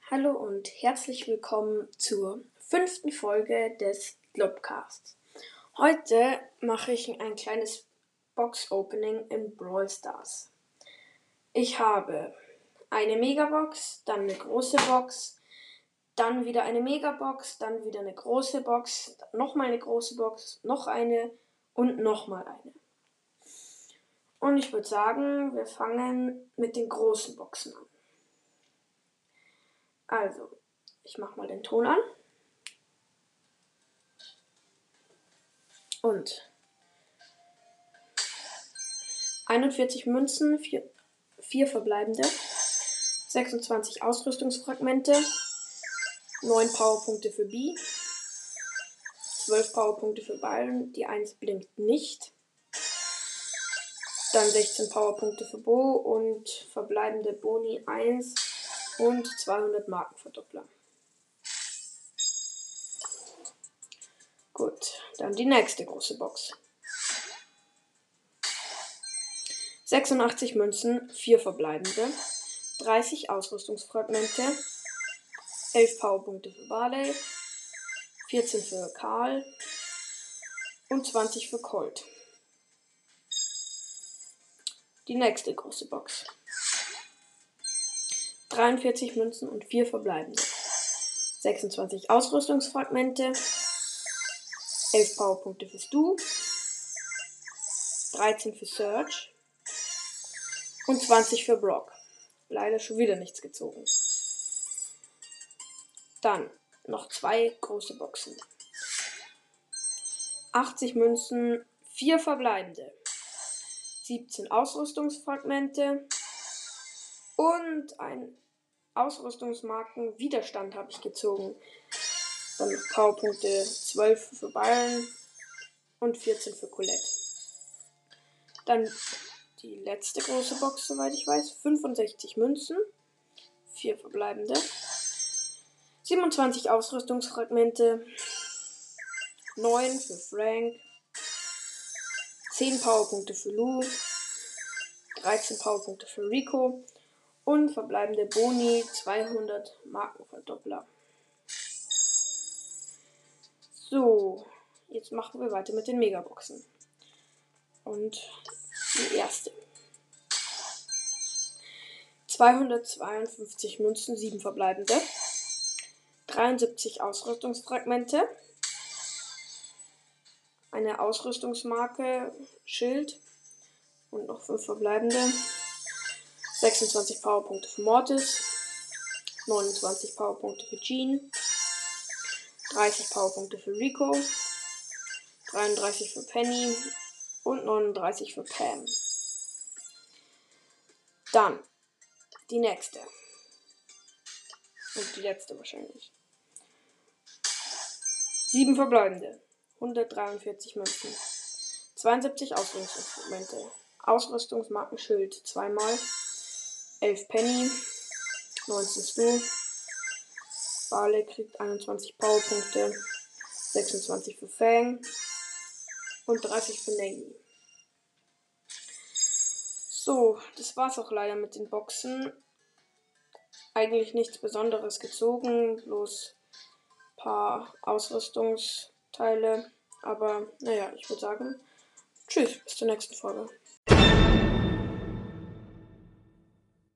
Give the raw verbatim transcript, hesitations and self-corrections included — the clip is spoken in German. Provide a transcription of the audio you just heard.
Hallo und herzlich willkommen zur fünften Folge des Globcasts. Heute mache ich ein kleines Box-Opening in Brawl Stars. Ich habe eine Megabox, dann eine große Box, dann wieder eine Megabox, dann wieder eine große Box, nochmal eine große Box, noch eine und nochmal eine. Und ich würde sagen, wir fangen mit den großen Boxen an. Also, ich mache mal den Ton an. Und einundvierzig Münzen, vier verbleibende, sechsundzwanzig Ausrüstungsfragmente, neun Powerpunkte für B, zwölf Powerpunkte für Byron, die eins blinkt nicht, dann sechzehn Powerpunkte für Bo und verbleibende Boni eins und zweihundert Markenverdoppler. Gut, dann die nächste große Box. sechsundachtzig Münzen, vier verbleibende, dreißig Ausrüstungsfragmente, elf Powerpunkte für Barley, vierzehn für Karl und zwanzig für Colt. Die nächste große Box. dreiundvierzig Münzen und vier verbleibende, sechsundzwanzig Ausrüstungsfragmente, elf Powerpunkte für Stu, dreizehn für Surge und zwanzig für Brock. Leider schon wieder nichts gezogen. Dann noch zwei große Boxen. achtzig Münzen, vier verbleibende, siebzehn Ausrüstungsfragmente und ein Ausrüstungsmarken Widerstand habe ich gezogen. Dann noch Powerpunkte zwölf für Byron und vierzehn für Colette. Dann die letzte große Box, soweit ich weiß. fünfundsechzig Münzen, vier verbleibende, siebenundzwanzig Ausrüstungsfragmente, neun für Frank, zehn Powerpunkte für Lou, dreizehn Powerpunkte für Rico und verbleibende Boni zweihundert Markenverdoppler. So, jetzt machen wir weiter mit den Megaboxen. Und die erste. zweihundertzweiundfünfzig Münzen, sieben verbleibende, dreiundsiebzig Ausrüstungsfragmente, eine Ausrüstungsmarke Schild und noch fünf verbleibende, sechsundzwanzig Powerpunkte für Mortis, neunundzwanzig Powerpunkte für Jean, dreißig Powerpunkte für Rico, dreiunddreißig für Penny und neununddreißig für Pam. Dann die nächste. Und die letzte wahrscheinlich. sieben verbleibende, hundertdreiundvierzig Münzen, zweiundsiebzig Ausrüstungsfragmente, Ausrüstungsmarken Schild zweimal, elf Penny, neunzehn Stu, Barley kriegt einundzwanzig Powerpunkte, sechsundzwanzig für Fang und dreißig für Navy. So, das war's auch leider mit den Boxen. Eigentlich nichts Besonderes gezogen, bloß ein paar Ausrüstungsteile. Aber naja, ich würde sagen, tschüss, bis zur nächsten Folge.